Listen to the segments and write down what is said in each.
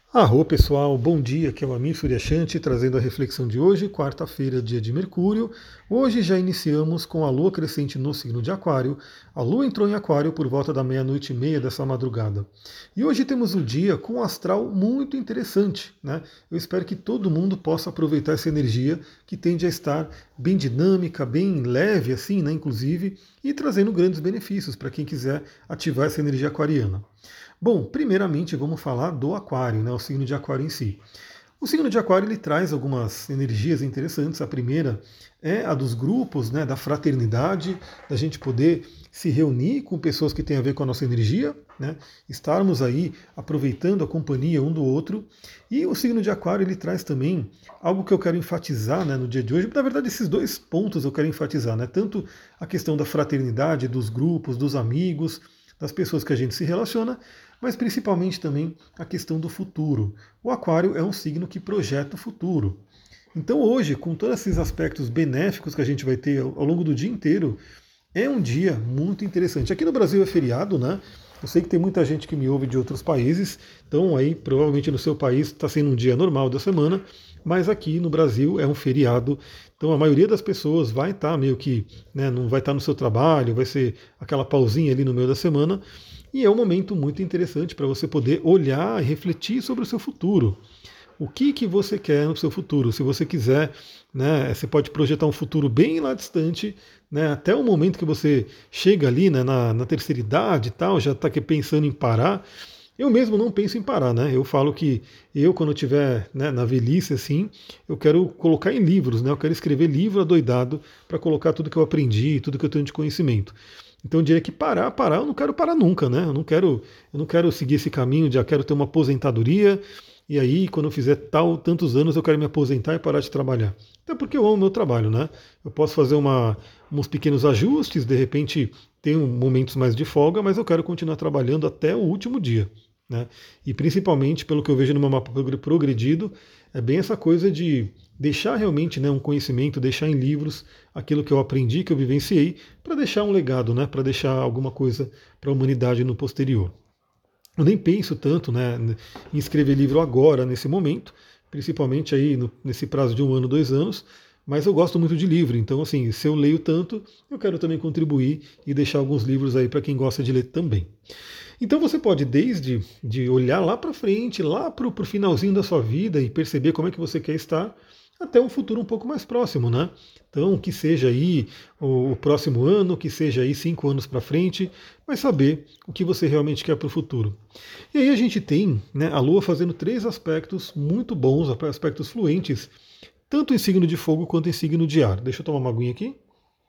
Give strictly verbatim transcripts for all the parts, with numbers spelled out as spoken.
Arro pessoal, bom dia, aqui é o Amir Suryashanti trazendo a reflexão de hoje, quarta-feira, dia de Mercúrio. Hoje já iniciamos com a Lua crescente no signo de Aquário. A Lua entrou em Aquário por volta da meia-noite e meia dessa madrugada. E hoje temos um dia com um astral muito interessante, né? Eu espero que todo mundo possa aproveitar essa energia que tende a estar bem dinâmica, bem leve assim, né, inclusive, e trazendo grandes benefícios para quem quiser ativar essa energia aquariana. Bom, primeiramente vamos falar do Aquário, né, o signo de Aquário em si. O signo de Aquário ele traz algumas energias interessantes. A primeira é a dos grupos, né, da fraternidade, da gente poder se reunir com pessoas que têm a ver com a nossa energia, né, estarmos aí aproveitando a companhia um do outro. E o signo de Aquário ele traz também algo que eu quero enfatizar, né, no dia de hoje. Na verdade, esses dois pontos eu quero enfatizar, né, tanto a questão da fraternidade, dos grupos, dos amigos, das pessoas que a gente se relaciona, mas principalmente também a questão do futuro. O Aquário é um signo que projeta o futuro. Então hoje, com todos esses aspectos benéficos que a gente vai ter ao longo do dia inteiro, é um dia muito interessante. Aqui no Brasil é feriado, né? Eu sei que tem muita gente que me ouve de outros países, então aí provavelmente no seu país está sendo um dia normal da semana, mas aqui no Brasil é um feriado, então a maioria das pessoas vai estar meio que, né, não vai estar no seu trabalho, vai ser aquela pausinha ali no meio da semana, e é um momento muito interessante para você poder olhar e refletir sobre o seu futuro. O que, que você quer no seu futuro? Se você quiser, né, você pode projetar um futuro bem lá distante, né, até o momento que você chega ali, né, na, na terceira idade e tal, já está pensando em parar. Eu mesmo não penso em parar, né? Eu falo que eu, quando eu estiver, né, na velhice, assim, eu quero colocar em livros, né? Eu quero escrever livro adoidado para colocar tudo que eu aprendi, tudo que eu tenho de conhecimento. Então eu diria que parar, parar, eu não quero parar nunca, né? Eu não quero, eu não quero seguir esse caminho de ah, quero ter uma aposentadoria e aí quando eu fizer tal tantos anos eu quero me aposentar e parar de trabalhar. Até porque eu amo o meu trabalho, né? Eu posso fazer uma, uns pequenos ajustes, de repente tenho momentos mais de folga, mas eu quero continuar trabalhando até o último dia. Né? E principalmente, pelo que eu vejo no meu mapa progredido, é bem essa coisa de deixar realmente, né, um conhecimento, deixar em livros aquilo que eu aprendi, que eu vivenciei, para deixar um legado, né, para deixar alguma coisa para a humanidade no posterior. Eu nem penso tanto, né, em escrever livro agora, nesse momento, principalmente aí no, nesse prazo de um ano, dois anos, mas eu gosto muito de livro, então assim, se eu leio tanto, eu quero também contribuir e deixar alguns livros aí para quem gosta de ler também. Então você pode, desde de olhar lá para frente, lá para o finalzinho da sua vida e perceber como é que você quer estar, até um futuro um pouco mais próximo, né? Então, que seja aí o próximo ano, que seja aí cinco anos para frente, mas saber o que você realmente quer para o futuro. E aí a gente tem, né, a Lua fazendo três aspectos muito bons, aspectos fluentes, tanto em signo de fogo quanto em signo de ar. Deixa eu tomar uma aguinha aqui.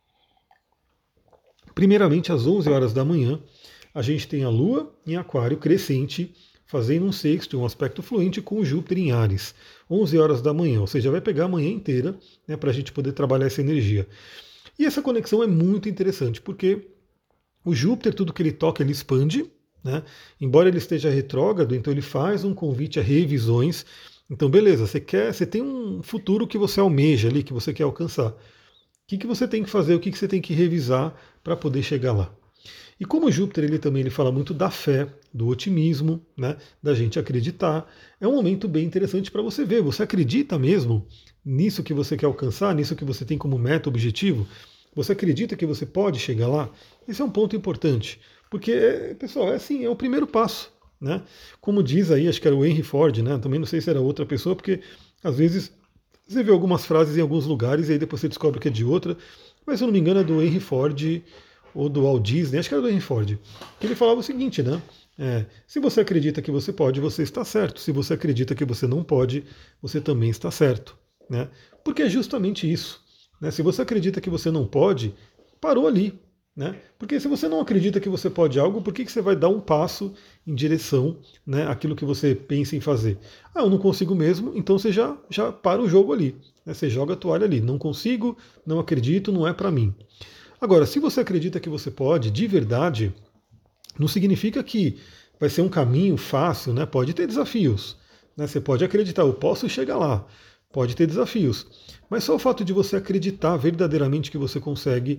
Primeiramente, às onze horas da manhã, a gente tem a Lua em Aquário crescente, fazendo um sexto, um aspecto fluente com o Júpiter em Áries, onze horas da manhã, ou seja, vai pegar a manhã inteira, né, para a gente poder trabalhar essa energia. E essa conexão é muito interessante, porque o Júpiter, tudo que ele toca, ele expande, né? Embora ele esteja retrógrado, então ele faz um convite a revisões. Então, beleza, você quer, você tem um futuro que você almeja ali, que você quer alcançar. O que, que você tem que fazer, o que, que você tem que revisar para poder chegar lá? E como o Júpiter ele também ele fala muito da fé, do otimismo, né, da gente acreditar, é um momento bem interessante para você ver. Você acredita mesmo nisso que você quer alcançar, nisso que você tem como meta, objetivo? Você acredita que você pode chegar lá? Esse é um ponto importante, porque, pessoal, é assim, é o primeiro passo. Né? Como diz aí, acho que era o Henry Ford, né? Também não sei se era outra pessoa, porque às vezes você vê algumas frases em alguns lugares e aí depois você descobre que é de outra, mas se eu não me engano é do Henry Ford ou do Walt Disney, acho que era do Henry Ford, que ele falava o seguinte, né? É, se você acredita que você pode, você está certo. Se você acredita que você não pode, você também está certo. Né? Porque é justamente isso. Né? Se você acredita que você não pode, parou ali. Né? Porque se você não acredita que você pode algo, por que, que você vai dar um passo em direção, né, àquilo que você pensa em fazer? Ah, eu não consigo mesmo, então você já, já para o jogo ali. Né? Você joga a toalha ali. Não consigo, não acredito, não é para mim. Agora, se você acredita que você pode, de verdade, não significa que vai ser um caminho fácil, né? Pode ter desafios. Né? Você pode acreditar, eu posso chegar lá. Pode ter desafios. Mas só o fato de você acreditar verdadeiramente que você consegue,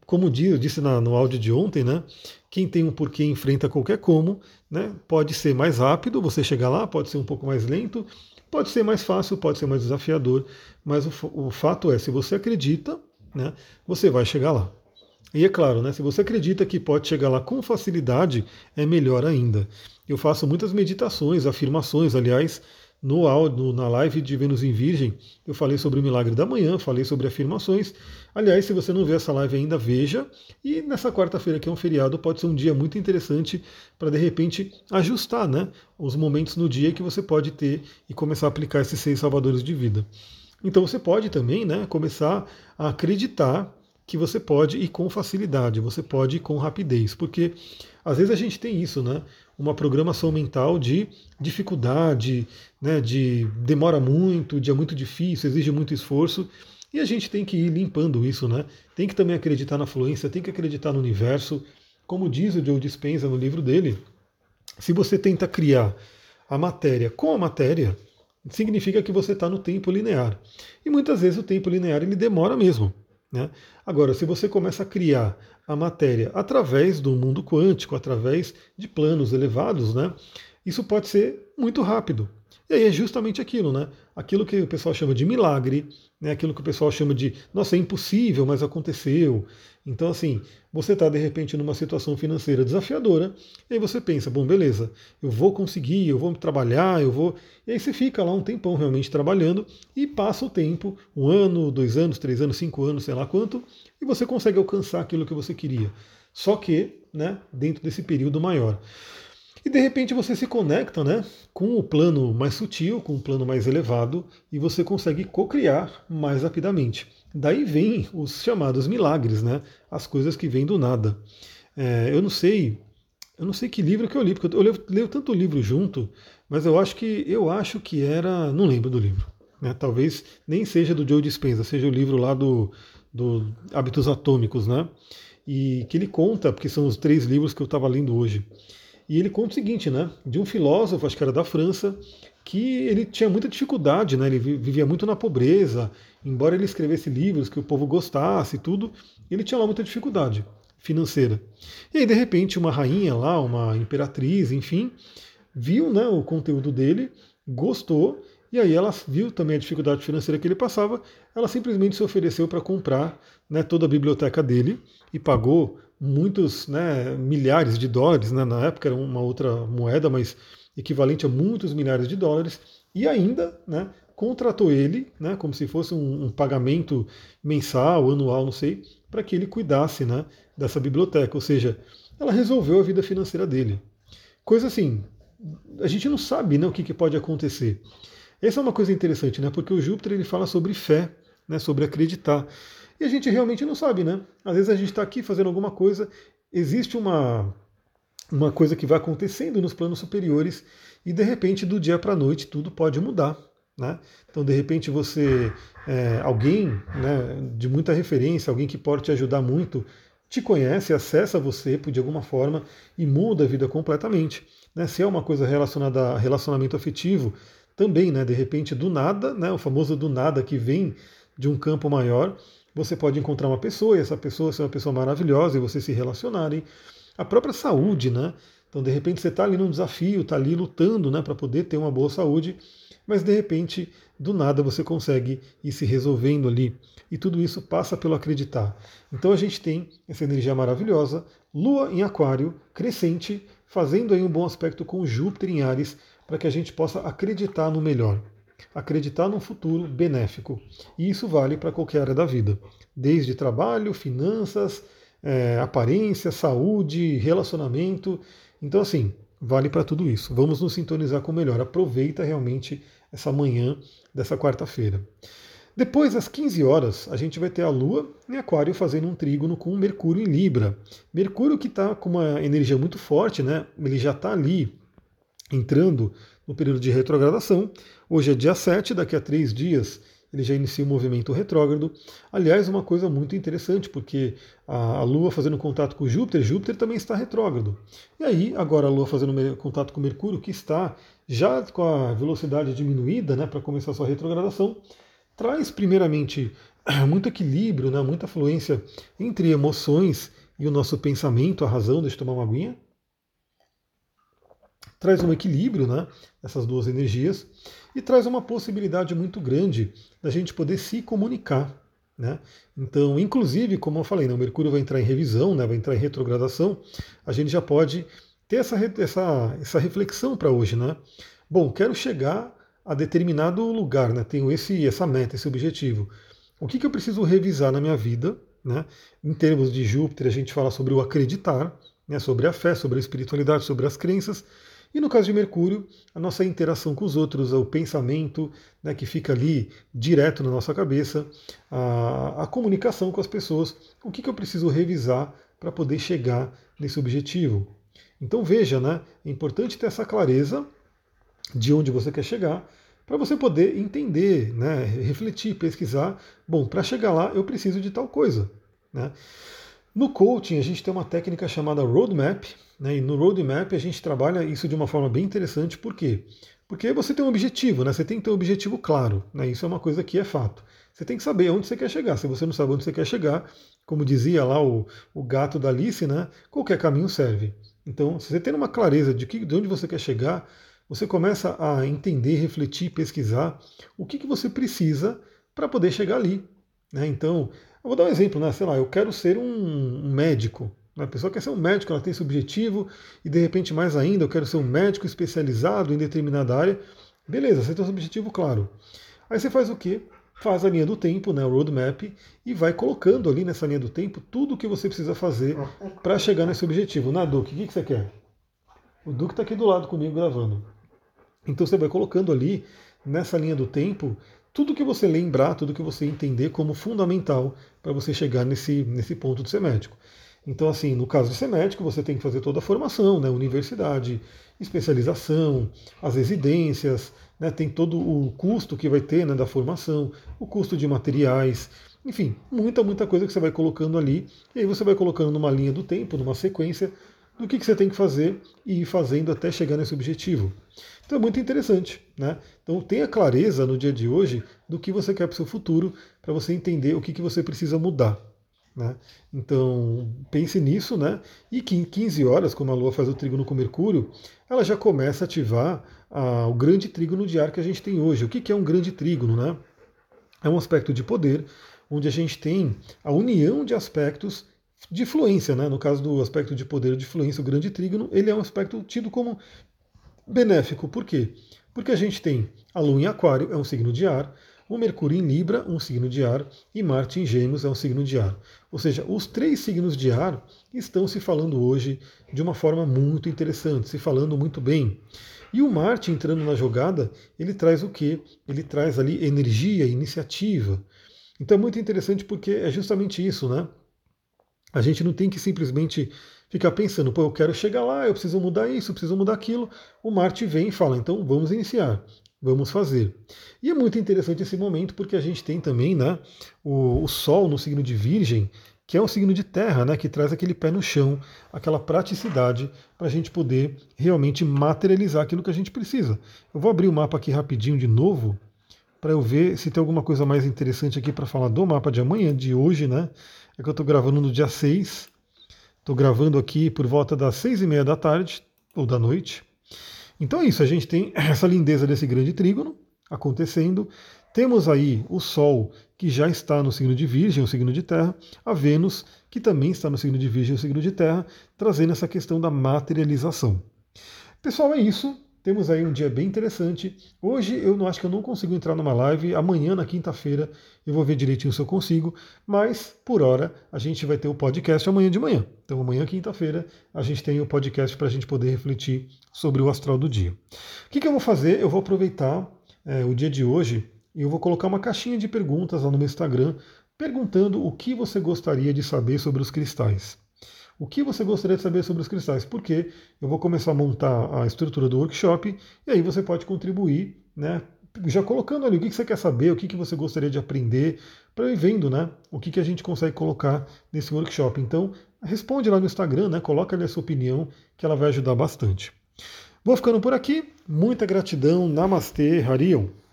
como diz, eu disse na, no áudio de ontem, né? Quem tem um porquê enfrenta qualquer como, né? Pode ser mais rápido você chegar lá, pode ser um pouco mais lento, pode ser mais fácil, pode ser mais desafiador, mas o, o fato é, se você acredita, né, você vai chegar lá. E é claro, né, se você acredita que pode chegar lá com facilidade, é melhor ainda. Eu faço muitas meditações, afirmações, aliás, no áudio, na live de Vênus em Virgem, eu falei sobre o milagre da manhã, falei sobre afirmações. Aliás, se você não vê essa live ainda, veja. E nessa quarta-feira, que é um feriado, pode ser um dia muito interessante para, de repente, ajustar, né, os momentos no dia que você pode ter e começar a aplicar esses seis salvadores de vida. Então você pode também, né, começar a acreditar que você pode ir com facilidade, você pode ir com rapidez, porque às vezes a gente tem isso, né? Uma programação mental de dificuldade, né? De demora muito, de é muito difícil, exige muito esforço, e a gente tem que ir limpando isso, né? Tem que também acreditar na fluência, tem que acreditar no universo. Como diz o Joe Dispenza no livro dele, se você tenta criar a matéria com a matéria, significa que você está no tempo linear. E muitas vezes o tempo linear ele demora mesmo. Né? Agora, se você começa a criar a matéria através do mundo quântico, através de planos elevados, né, isso pode ser muito rápido. E aí é justamente aquilo, né? Aquilo que o pessoal chama de milagre, né? Aquilo que o pessoal chama de, nossa, é impossível, mas aconteceu. Então, assim, você está de repente numa situação financeira desafiadora, e aí você pensa, bom, beleza, eu vou conseguir, eu vou trabalhar, eu vou. E aí você fica lá um tempão realmente trabalhando, e passa o tempo, um ano, dois anos, três anos, cinco anos, sei lá quanto, e você consegue alcançar aquilo que você queria. Só que, né, dentro desse período maior. E de repente você se conecta, né, com o plano mais sutil, com o plano mais elevado, e você consegue cocriar mais rapidamente. Daí vem os chamados milagres, né, as coisas que vêm do nada. É, eu não sei, eu não sei que livro que eu li, porque eu leio, leio tanto livro junto, mas eu acho que eu acho que era, não lembro do livro. Né, talvez nem seja do Joe Dispenza, seja o livro lá do, do Hábitos Atômicos, né? E que ele conta, porque são os três livros que eu estava lendo hoje. E ele conta o seguinte, né, de um filósofo, acho que era da França, que ele tinha muita dificuldade, né, ele vivia muito na pobreza, embora ele escrevesse livros que o povo gostasse e tudo, ele tinha lá muita dificuldade financeira. E aí, de repente, uma rainha lá, uma imperatriz, enfim, viu, né, o conteúdo dele, gostou, e aí ela viu também a dificuldade financeira que ele passava, ela simplesmente se ofereceu para comprar, né, toda a biblioteca dele e pagou muitos, né, milhares de dólares, né, na época era uma outra moeda, mas equivalente a muitos milhares de dólares, e ainda, né, contratou ele, né, como se fosse um, um pagamento mensal, anual, não sei, para que ele cuidasse, né, dessa biblioteca, ou seja, ela resolveu a vida financeira dele. Coisa assim, a gente não sabe, né, o que, que pode acontecer. Essa é uma coisa interessante, né, porque o Júpiter ele fala sobre fé, né, sobre acreditar. E a gente realmente não sabe, né? Às vezes a gente está aqui fazendo alguma coisa, existe uma, uma coisa que vai acontecendo nos planos superiores e de repente do dia para a noite tudo pode mudar, né? Então de repente você, é, alguém, né, de muita referência, alguém que pode te ajudar muito, te conhece, acessa você de alguma forma e muda a vida completamente, né? Se é uma coisa relacionada a relacionamento afetivo, também, né? De repente do nada, né? O famoso do nada que vem de um campo maior. Você pode encontrar uma pessoa e essa pessoa ser uma pessoa maravilhosa e vocês se relacionarem. A própria saúde, né? Então, de repente, você está ali num desafio, está ali lutando, né, para poder ter uma boa saúde, mas de repente, do nada, você consegue ir se resolvendo ali. E tudo isso passa pelo acreditar. Então, a gente tem essa energia maravilhosa, Lua em Aquário, crescente, fazendo aí um bom aspecto com Júpiter em Áries, para que a gente possa acreditar no melhor. Acreditar num futuro benéfico. E isso vale para qualquer área da vida, desde trabalho, finanças, é, aparência, saúde, relacionamento. Então, assim, vale para tudo isso. Vamos nos sintonizar com o melhor. Aproveita realmente essa manhã dessa quarta-feira. Depois, às quinze horas, a gente vai ter a Lua em Aquário fazendo um trígono com Mercúrio em Libra. Mercúrio que está com uma energia muito forte, né? Ele já está ali entrando no período de retrogradação. Hoje é dia sete, daqui a três dias ele já inicia o movimento retrógrado. Aliás, uma coisa muito interessante, porque a, a Lua fazendo contato com Júpiter, Júpiter também está retrógrado. E aí, agora a Lua fazendo contato com Mercúrio, que está já com a velocidade diminuída, né, para começar a sua retrogradação, traz primeiramente muito equilíbrio, né? Muita fluência entre emoções e o nosso pensamento, a razão. Deixa eu tomar uma aguinha. Traz um equilíbrio, né? Essas duas energias. E traz uma possibilidade muito grande da gente poder se comunicar. Né? Então, inclusive, como eu falei, né, o Mercúrio vai entrar em revisão, né, vai entrar em retrogradação, a gente já pode ter essa, essa, essa reflexão para hoje. Né? Bom, quero chegar a determinado lugar, né, tenho esse, essa meta, esse objetivo. O que, que eu preciso revisar na minha vida? Né? Em termos de Júpiter, a gente fala sobre o acreditar, né, sobre a fé, sobre a espiritualidade, sobre as crenças. E no caso de Mercúrio, a nossa interação com os outros, o pensamento, né, que fica ali direto na nossa cabeça, a, a comunicação com as pessoas, o que, que eu preciso revisar para poder chegar nesse objetivo. Então veja, né, é importante ter essa clareza de onde você quer chegar, para você poder entender, né, refletir, pesquisar. Bom, para chegar lá eu preciso de tal coisa. Né? No coaching, a gente tem uma técnica chamada roadmap, né? E no roadmap a gente trabalha isso de uma forma bem interessante. Por quê? Porque você tem um objetivo, né? Você tem que ter um objetivo claro. Né? Isso é uma coisa que é fato. Você tem que saber onde você quer chegar. Se você não sabe onde você quer chegar, como dizia lá o, o gato da Alice, né? Qualquer caminho serve. Então, se você tem uma clareza de, que, de onde você quer chegar, você começa a entender, refletir, pesquisar o que, que você precisa para poder chegar ali. Né? Então, eu vou dar um exemplo, né? Sei lá, eu quero ser um, um médico. Né? A pessoa quer ser um médico, ela tem esse objetivo, e de repente, mais ainda, eu quero ser um médico especializado em determinada área. Beleza, você tem esse objetivo claro. Aí você faz o quê? Faz a linha do tempo, né, o roadmap, e vai colocando ali nessa linha do tempo tudo o que você precisa fazer para chegar nesse objetivo. Na Duque, o que, que você quer? O Duque está aqui do lado comigo gravando. Então você vai colocando ali, nessa linha do tempo, tudo que você lembrar, tudo que você entender como fundamental para você chegar nesse, nesse ponto de ser médico. Então, assim, no caso de ser médico, você tem que fazer toda a formação, né? Universidade, especialização, as residências, né? Tem todo o custo que vai ter, né, da formação, o custo de materiais, enfim, muita, muita coisa que você vai colocando ali, e aí você vai colocando numa linha do tempo, numa sequência, do que, que você tem que fazer e ir fazendo até chegar nesse objetivo. Então é muito interessante, né? Então tenha clareza no dia de hoje do que você quer para o seu futuro, para você entender o que, que você precisa mudar. Né? Então pense nisso, né? E que em quinze horas, como a Lua faz o trígono com Mercúrio, ela já começa a ativar ah, o grande trígono de ar que a gente tem hoje. O que, que é um grande trígono, né? É um aspecto de poder, onde a gente tem a união de aspectos de fluência, né? No caso do aspecto de poder de fluência, o grande trígono, ele é um aspecto tido como benéfico. Por quê? Porque a gente tem a Lua em Aquário, é um signo de ar, o Mercúrio em Libra, um signo de ar, e Marte em Gêmeos, é um signo de ar. Ou seja, os três signos de ar estão se falando hoje de uma forma muito interessante, se falando muito bem. E o Marte entrando na jogada, ele traz o quê? Ele traz ali energia, iniciativa. Então é muito interessante porque é justamente isso, né? A gente não tem que simplesmente ficar pensando, pô, eu quero chegar lá, eu preciso mudar isso, eu preciso mudar aquilo. O Marte vem e fala, então vamos iniciar, vamos fazer. E é muito interessante esse momento porque a gente tem também, né, o, o Sol no signo de Virgem, que é um signo de terra, né, que traz aquele pé no chão, aquela praticidade para a gente poder realmente materializar aquilo que a gente precisa. Eu vou abrir o mapa aqui rapidinho de novo, para eu ver se tem alguma coisa mais interessante aqui para falar do mapa de amanhã, de hoje, né? É que eu estou gravando no dia seis, estou gravando aqui por volta das seis e meia da tarde, ou da noite. Então é isso, a gente tem essa lindeza desse grande trígono acontecendo. Temos aí o Sol, que já está no signo de Virgem, o signo de terra, a Vênus, que também está no signo de Virgem, o signo de terra, trazendo essa questão da materialização. Pessoal, é isso. Temos aí um dia bem interessante. Hoje eu não acho que eu não consigo entrar numa live. Amanhã, na quinta-feira, eu vou ver direitinho se eu consigo. Mas, por hora, a gente vai ter o podcast amanhã de manhã. Então, amanhã, quinta-feira, a gente tem o podcast para a gente poder refletir sobre o astral do dia. O que, que eu vou fazer? Eu vou aproveitar é, o dia de hoje e eu vou colocar uma caixinha de perguntas lá no meu Instagram, perguntando o que você gostaria de saber sobre os cristais. O que você gostaria de saber sobre os cristais? Porque eu vou começar a montar a estrutura do workshop e aí você pode contribuir, né? Já colocando ali o que você quer saber, o que você gostaria de aprender, para ir vendo, né? O que a gente consegue colocar nesse workshop. Então, responde lá no Instagram, né? Coloca ali a sua opinião, que ela vai ajudar bastante. Vou ficando por aqui. Muita gratidão. Namastê, Harion.